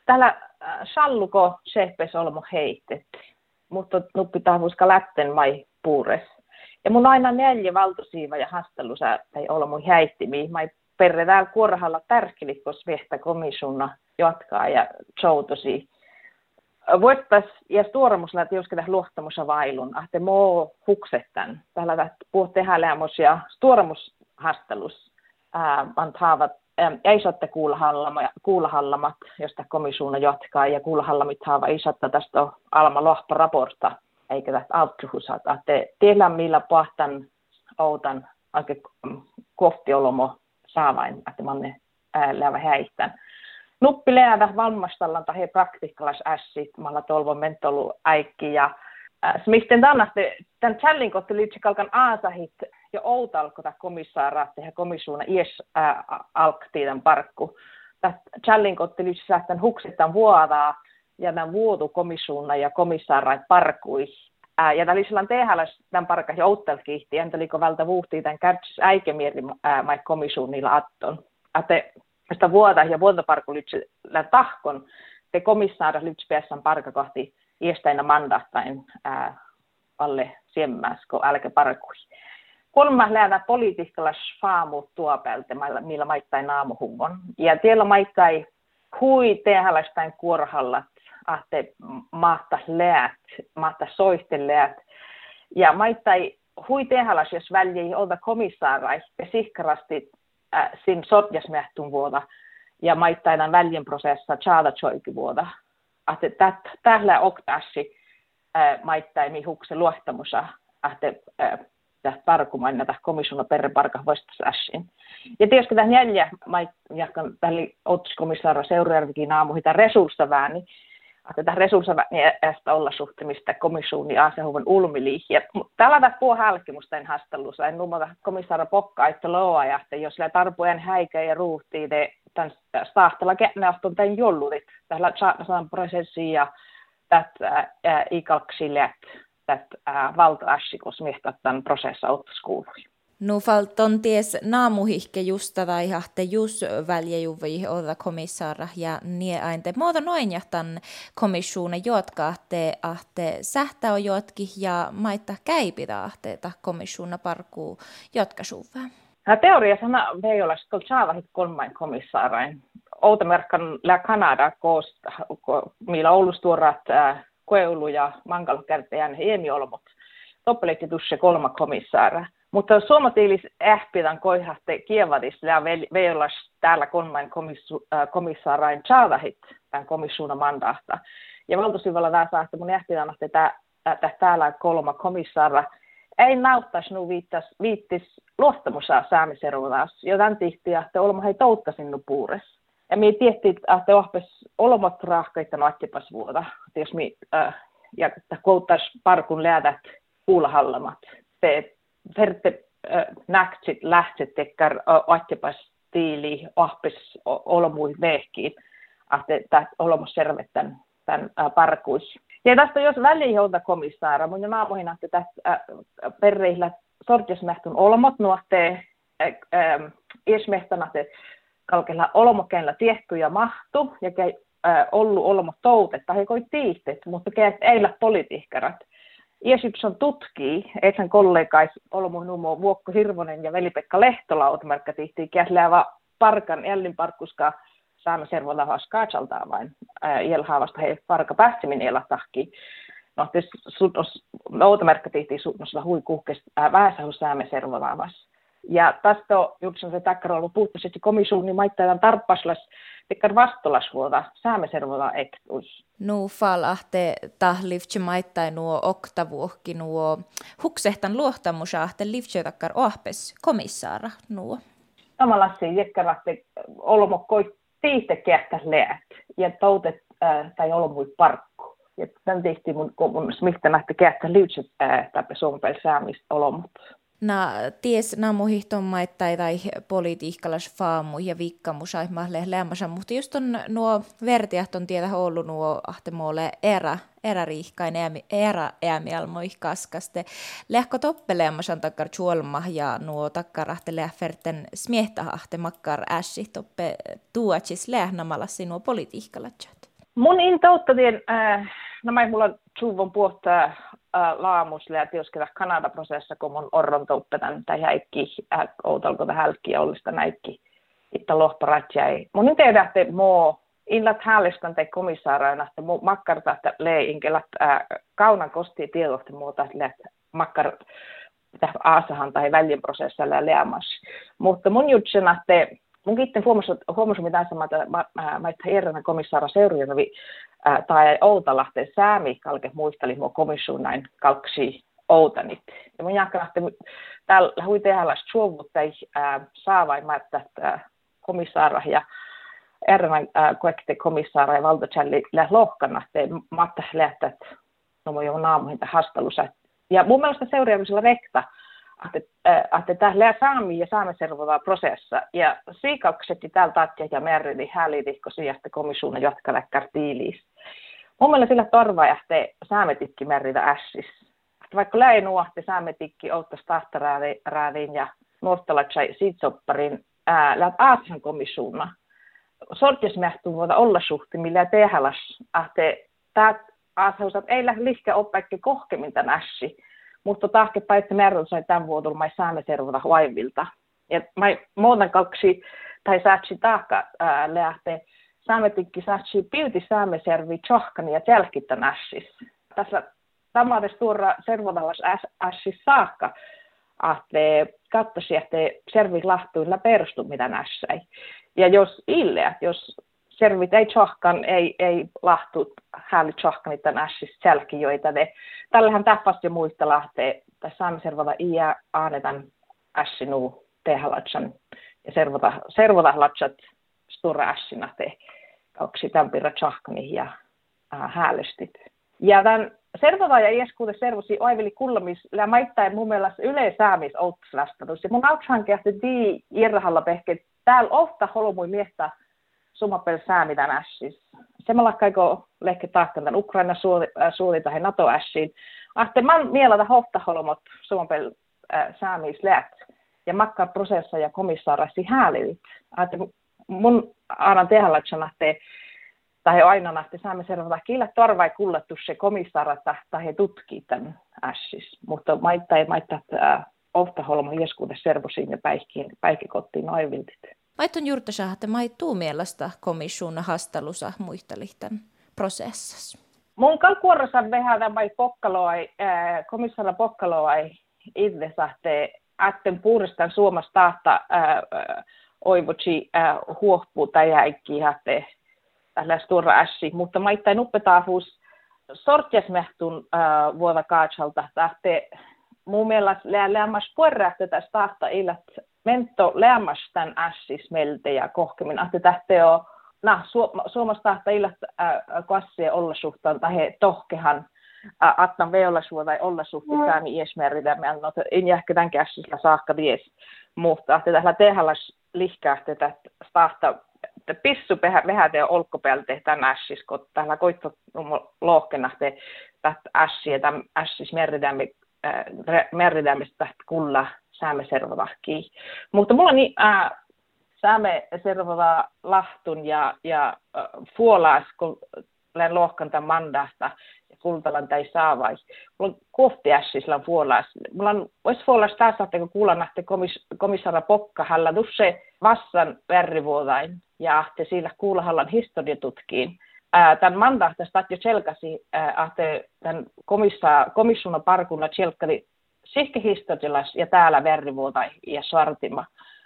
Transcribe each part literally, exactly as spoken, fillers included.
täällä salluko seppes olmo heitet, mutta nuppi tahvuska lätten mai puures. Ja mun aina neljä valtosiiva ja hastelusa tai olmo heittimi, mai perre täällä kuorahalla tärkelikkos vehtä komissiona jatkaa ja joutosi. Voittais ja stuoramusla tiusketä luottamusa vailun, ahte moo huksettan. Täällä puhut tehdä lämmös ja stuoramushastelus antaavat. Ei saatte kuulahallamat, josta komissiona jatkaa, ja kuulahallamit haava ei saatte tästä alma lohparaporta, eikä tästä altruhusata. Te tiedä, millä pahtan outan aika kohtiolomo saavain, että manne läävä häistän. Nuppi läävä valmastallan tai praktikkalas ässit, malla tolvon mentolu äikki, ja smisten tännaste, tämän challengin kotti liitsi kalkan aasahit, ja outalko tämä komissaara tehdä komissiona ies äh, alktiidan parkku. Tämä challenge otti lisää tämän huksettan vuodaa ja tämän vuotu komissiona ja komissaara parkui. Äh, ja tämä lisää tehdä tämän parkka ja outtelkihti, entä liiko vältä vuhtii tämän kärtsis äikemieri äh, mai komissionilla atton. Ate sitä vuoda ja vuotoparkku lyhtsä tahkon, te komissaara lyhtsä päässään parkka kohti iestäinä mandattain äh, alle siemmäsko älkä parkui. Kolmas läävä politiikalla faamu tuopelta, millä maittain naamuhuvon. Ja tiellä maittain hui tehäläistään kuorhallat, ahte mahta läät, mahta soisten läät. Ja maittain hui tehäläis, jos väliä ei olta komissaarai, ja sihkarasti äh, sin sotjasmähtun vuoda, ja maittain väljen prosessa tjaada tjoikin vuoda. Ahte tällä oktassi äh, maittain mihuksen luottamusa, ahte äh, tästä parkumaan näitä komissiona perreparka vastassa äsken. Ja tietysti tämä neljä, jahkan tällä otsiskomissaara seuraavakin aamu, tämä resurssavää, niin tätä resurssaväästä olla suhtemista komissioni asehuvan ulmiliihiä. Tällä tässä puhuu hälkimusta en hastelussa, en nummata komissaara pokkaa, että loa, ja että jos sillä tarpeen häikä ja ruuhtii, tämän stahtella käänneaston tämän jollutit, tällä saadaan prosessiin ja tätä ikalksille, että valta-ässikos miehtä tämän prosessa ottais kuului. Nu falton ties naamuhihke justa tai hahte jus väljejuvi olla komissaara ja nie ainte. Muuta noin jahtan komissiona jotkahte ahte sähtä on jotki ja maita käipitä ahteeta komissiona parkuu jotkasuvaa. Teoriassa ei ole sitten saavahit kolmain komissaarain. Outamerkan lä Kanada koosta, millä Oulustuorat Koeulu ja Mangalkärtejän hiemiolmot. Toppeletti tuossa kolma komissaara. Mutta suomatiilis ähpitän koihahte kievadis ja veijolas täällä kolmain komissu, äh, komissaarain saavahit tämän komissuuna mandahta. Ja valtosivalla tämä saa, että mun ähpitän, että tää, täällä kolma komissaara ei nauttaisi nu viittas, viittis luottamusaa saamiseruudaas, joten tihti, että olemme hei toutta sinun puures. Ja me tiedettiin, että ohpes olmat rahkaittanut attipas vuoda, jos me äh, ja kouttais parkun läädät kuulahallamat. Se verte äh, näktsit lähtset tekkär äh, attipas tiili ohpes olmui vehkiin, että olmas servettän tämän äh, parkuis. Ja tästä jos väliholta komissaara, mun jo naamoihin ahte tästä äh, perreillä sortjasmähtun olmot nuohtee äh, äh, iesmehtana te kalkella olmokenla tietty ja mahtu, ja käy äh, ollut olmo toutetta, he koi tiihtet, mutta käy eillä politiikkarat. Iesyyps on tutkii, ethän kollegais olmo numo Vuokko Hirvonen ja Veli-Pekka Lehtola ootmerkka tihtii, käy läävä parkan jällin parkkuska saama servolla haas kaatsaltaan vain, äh, ielhaavasta he parka päästiminen iellä tahkii. No, tietysti ootmerkka tihtii suutnosella hui kuhkesta äh, vähäsahus saamme servolla vas. Ja tästä on juuri se takkara ollut puhtaisesti komissioni niin maittain tarppaslas, tekkar vastolas vuoda, saameservoda ektus. Nu falahte tahlivtsi maittain nuo oktavuokki nuo huksehtan luottamusahte livtsi takkar ohpes komissaara nuo. Samalla se jekkaratte olmokkoi tiihte kehtä leät ja toutet äh, tai olmui parkku. Ja tämän tehtiin mun, mun smihtä nähtä kehtä livtsi äh, täpä suompel saamista olmut. Na ties naamuhihton maittai tai politiikkalas faamu ja vikkamus aimahle lämmässä, mutta just on nuo vertiat on tietä ollut nuo ahtemoolle erä, eräriihkain erä äämialmoi kaskaste. Lehko toppeleemmasan takkar tjuolma ja nuo takkarahte lähferten smiehtahahte makkar ässi toppe tuotsis lähnamalassi nuo politiikkalatjat. Mun intouttavien, äh, no mä mulla suvun puhtaa äh, laamusle ja tiosketa Kanada-prosessa, kun mun orron touppetan tai häikki, äh, outalko ta hälkkiä ollista näikki, että lohparatja ei. Mun in tehdä, että muu illat häälestän tai komissaaraina, että muu makkarta, että lee inkelat äh, kaunan kosti tiedohti muuta, että makkar aasahan tai väljen prosessilla ja leamas. Mutta mun jutsena, että mun kiitten huomasin mitään samaa, että mä itse eränä komissaara seuraajana tai Outalahteen säämi kalke muisteli mua komissuun näin kalksi Outanit. Ja mun jälkeen, että täällä hui tehdä suovuttai saavaima, että komissaara ja eränä kuekte komissaara ja valtotjälli lohkana, että matta lähtät no mun jo naamuhinta hastelussa. Ja mun mielestä seuraamisella rekta, että tämä saami ja saamiservoa prosessa. Ja siikaksetti täällä tatja ja merridi häälidihko sijasta komissuuna jatkalle kartiiliis. Mun mielestä sillä torvaa, että saametikki merrida ässis. Vaikka läi nuohti saametikki outtas tahtaräädin ja nuortalatsai siitsopparin läät Aasian komissuuna. Sortjesmähtuu voida olla suhti, millä tehäläs, että tämä Aasiausat ei lähde liikkeen oppaikki kohkemin tämän ässi. Mutta tahke paitsi merrun sai tämän vuodolla, mä saamme servota vaivilta. Ja mä muutan kaksi, tai saatsi tahka lähtee, saamme tikki saatsi pilti saamme servi tjohkani ja tjälkitän ässis. Tässä tamades tuoda servotallas ässis saakka, että katsoisi, että servit lahtuilla perustu mitä nässäi. Ja jos ille, jos servit ei tjohkan, ei, ei lahtu hääli tjohkani tämän ässis tjälki, joita ne. Tällähän täppästi jo muista lähtee, tai saamme servota iä aanetan ässinuu tehalatsan ja servota, servota latsat stura ässinä te kaksi tämänpirra tjohkani ja äh, häälestit. Ja tämän servota ja ieskuute servosi oivili kullamis, ja maittain mun mielestä yleisäämis outslastatus. Ja mun autsankin, että tii irrahalla pehke, täällä ofta holmui miestä summapel säämitän ässis. Semmoilla kaiko lehke tahkan tämän Ukraina suoli tai NATO-ässiin. Ahte man mieltä hoftaholmot summapel säämis läht ja makkar prosessa ja komissaarasti häälivit. Ahte mun aanan tehäläksän, että tai aina, että saamme servata kiillä torvai kullettu se komissaarata tai he tutkii tämän ässis. Mutta maittaa ei maittaa, että oftaholmo jeskuudessa servosiin ja päikkikottiin noiviltit. Maiton juurta että maittuu mielestä komissuuna hastelussa muistelihten prosessassa. Mun kalkuorossa vähän vai pokkaloai, äh, komissaara pokkaloai itse sahte, atten puuristan Suomessa tahta äh, oivotsi äh, huohpuu tai häikkiä hahte tällä stora ässi, mutta maittain uppetaahuus sortjasmehtun äh, vuoda kaatsalta tahte mun mielestä lämmäs puorähtä tästä tahta illat mento lämmäs tämän ässis melte ja kohkemin, että tähte on nah, Suomessa tahta illat äh, kassien olla suhtaan tai he tohkehan äh, attan veolla tai olla suhtaan mm. niin iesmeritä, no, en jähkä tämän käsisellä saakka vies, mutta että tällä tehdä lihkäähtä tätä tahta pissu vähän te olkkopäältä tämän ässis, kun täällä koitto lohkena te tätä ässiä, tämän ässis merridämme, äh, merridämistä kulla saamme servovahkiin. Mutta mulla niin äh, saamme servova lahtun ja, ja äh, fuolaas, kun lähen lohkan tämän mandasta ja kultalan tai saavais. Mulla on kohti ässisellä fuolaas. Mulla on, olisi fuolaas taas, että kun kuulan, että komis, komissaara Pokka halla tuossa vassan värrivuodain ja että sillä kuulahallan historiatutkiin. Äh, tämän mandasta jo selkäsi, äh, että tämän komissuuna parkunna selkäli sihkehistoriallas ja täällä verrivuota ja sartima.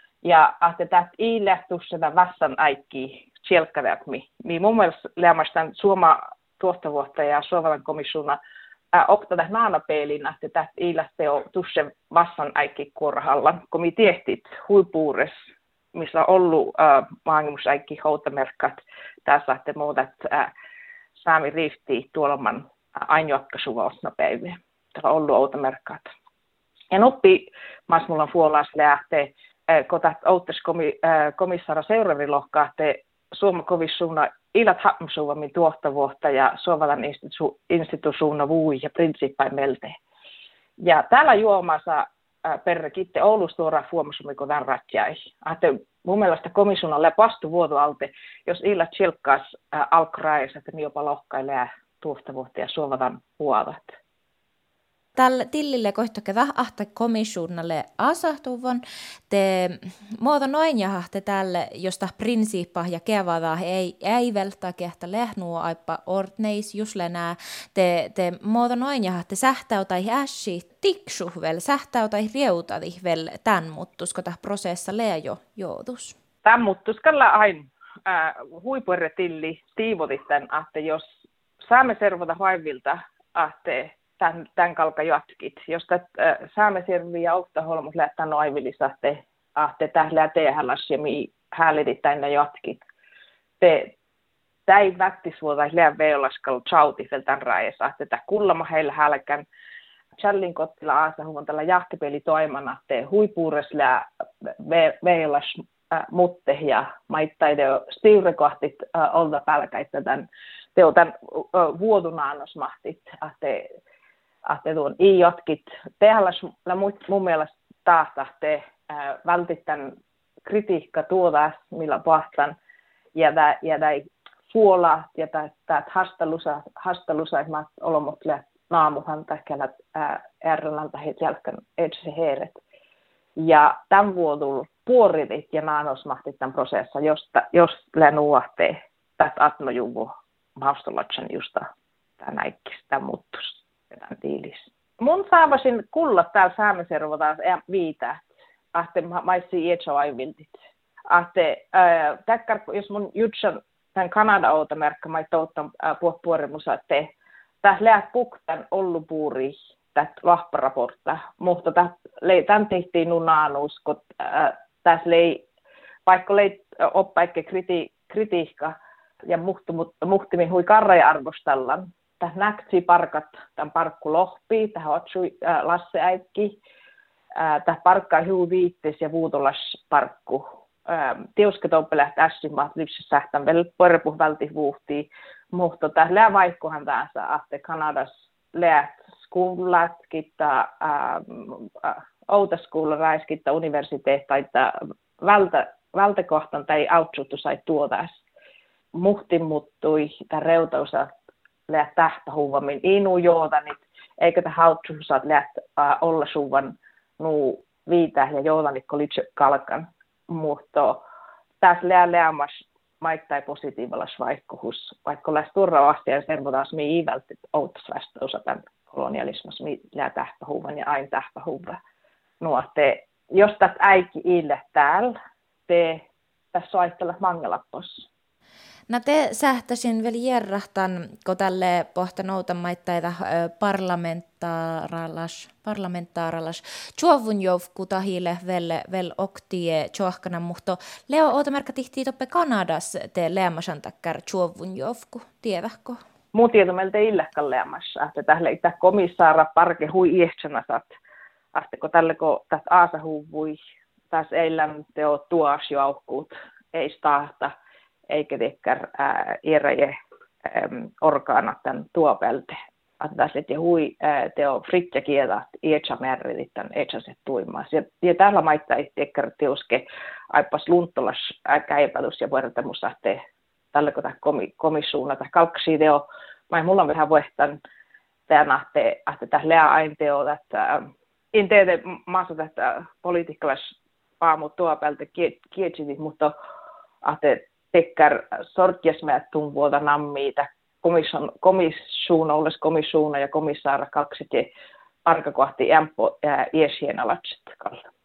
Ja että tämä ei lähtu sitä vassan äikkiä sielkkäväkmi. Niin mun mielestä lämmästään Suoma tuottavuutta ja Suomalan komissuuna optata naanapeelin, että tämä ei lähtee tuossa vassan äikkiä kuorahallan. Kun me tiehtit huipuures, missä on ollut äh, maangimusäikkiä houtamerkkat, tässä että muuta, että äh, saami riiftii tuollaman ainjuokkasuvausna päivää. Täällä on ollut houtamerkkat. Ja noppi, mas mulla on fuolaas lähtee, kun tätä outtes komissaara seuraavin lohkaa, että Suomen komissuuna ilat hapmasuvamin tuottavuutta ja Suomalan institu- instituusuuna vuui ja prinsiippai melte. Ja täällä juomassa perre kitte Oulustuora fuomusumiko tämän ratjai. Ahte mun mielestä komissionalle pastu vuotu alte, jos illa chilkkas alkraes, että mi jopa lohkailee tuosta vuotta ja suovatan vuodat. Tällä tillille kohtakeda ahta komissionalle asahtuvan, te muuta noin jahte tälle, josta prinsiippa ja kevada ei, ei välttä kehtä lehnua aipa ordneis juslenää, te, te muuta noin jahte sähtäutai äsi tiksu vel, sähtäutai riutadi vel tämän muttusko prosessa lejo joutus. Tämän muttuskalla aina äh, huipuerretilli tiivotit tämän, että jos saamme servota vaivilta, että tämän, tämän kalka jatkit. Jos äh, saamme serviä ja Ouktaholmus lähtää noivillista, että tähdellä tehälläs ja mi häälidit tänne jatkit. Te, tämä ei vättis vuotaisi liian veolaskalla tjautifel tämän raajassa, että tämä kullama heillä häälläkään Challin kottila aasahuvon tällä jahtipeli toimana, että huipuures liian veolas äh, mutte ja maittaide stiurekohtit äh, olta pälkäitä tämän teo tämän äh, vuodunaannosmahtit, että että tuon ei jatkit. Tehälläs mun mielestä taas te äh, vältit tämän kritiikka tuoda, millä pahtan, ja tämä fuola, ja tämä hastelusa, hastelusaimat olomotille naamuhan täkälät ärrälän tai jälkeen edessä heeret. Ja tämän vuotulla puoritit ja naanosmahtit tämän prosessa, josta, jos länuahtee tästä atnojuvu maustolatsen justa tämä näikkis, tämä muuttus, tämä tiilis. Mun saavasin kulla täällä saamiservotaan viitä, että maissi ietsoaiviltit. Että jos mun jutsan tämän Kanada-outa merkka, mä touttan puhupuorimusa, että tässä läht puktan ollupuuri tätä vahparaportta, mutta tämän tehtiin nunaanus, kun tässä lei, vaikka lei oppaikki kriti, kritiikka ja muhtimin hui karraja-arvostellaan, tässä näkti parkat tämän parkku lohpii, tähän otsui Lasse Äikki, tähän parkkaa huu viittis ja vuutolas parkku. Tiusketoppe lähti ässimaat lypsyssä sähtän vielä porpuh välti vuhtii, mutta tässä lää vaikkohan tässä, että Kanadas läht skuulatkitta, outaskuulla räiskitta universiteettaita vältä, vältäkohtan tai autsuttu sai tuotas. Muhti muuttui, tämä reutausa läht tähtähuvammin inu jootanit, eikä tämä autsuttu läht olla suvan nuu viitä ja jootanit kolitse kalkan. Mutta tässä lää läämässä maittain positiivalla vaikkuhus, vaikka lähes turravasti ja servotaas mi iivälti outasvästöusa tämän kolonialismus, mi lää tähtähuvan ja aina tähtähuva. No, te, jos tätä äikki iille täällä, te tässä ajatella mangelappos. No te sähtäisin vielä järrahtan, kun tälle pohtanoutan maittain parlamentaaralas, parlamentaaralas, tjuovun joukku tahille vel, vel oktie tjuohkana, mutta Leo, oota merkka tihtii toppe Kanadas te leemasan takkar tjuovun joukku, tiedätkö? Mun tieto meiltä ei illekään leemassa, että tälle itse komissaara parke hui iähtsänä saat, että kun tälle kun tästä aasahuvui, tässä eilän teo tuas joukkuut, ei stahta, eikä tekkär eräje orgaanat tämän tuopelte. Että tässä et hui teo fritja kielä, ietsä määritit tämän etsäset tuimaas. Ja, ja tällä maittaa ei tekkär teoske aipas lunttolas käipätys ja vuorotamus, että tällä kun tämä komissuuna tai kalkkasi teo, mä mulla on vähän vuehtan tämän, että tässä lää aina teo, että en tiedä maassa tästä politiikkalas paamu tuopelte kietsivit, mutta että tekkär sortjesmäättun vuoda nammiita komissuuna, olles komissuuna ja komissaara kaksi ja parkakohti ämpö iesienä lapset.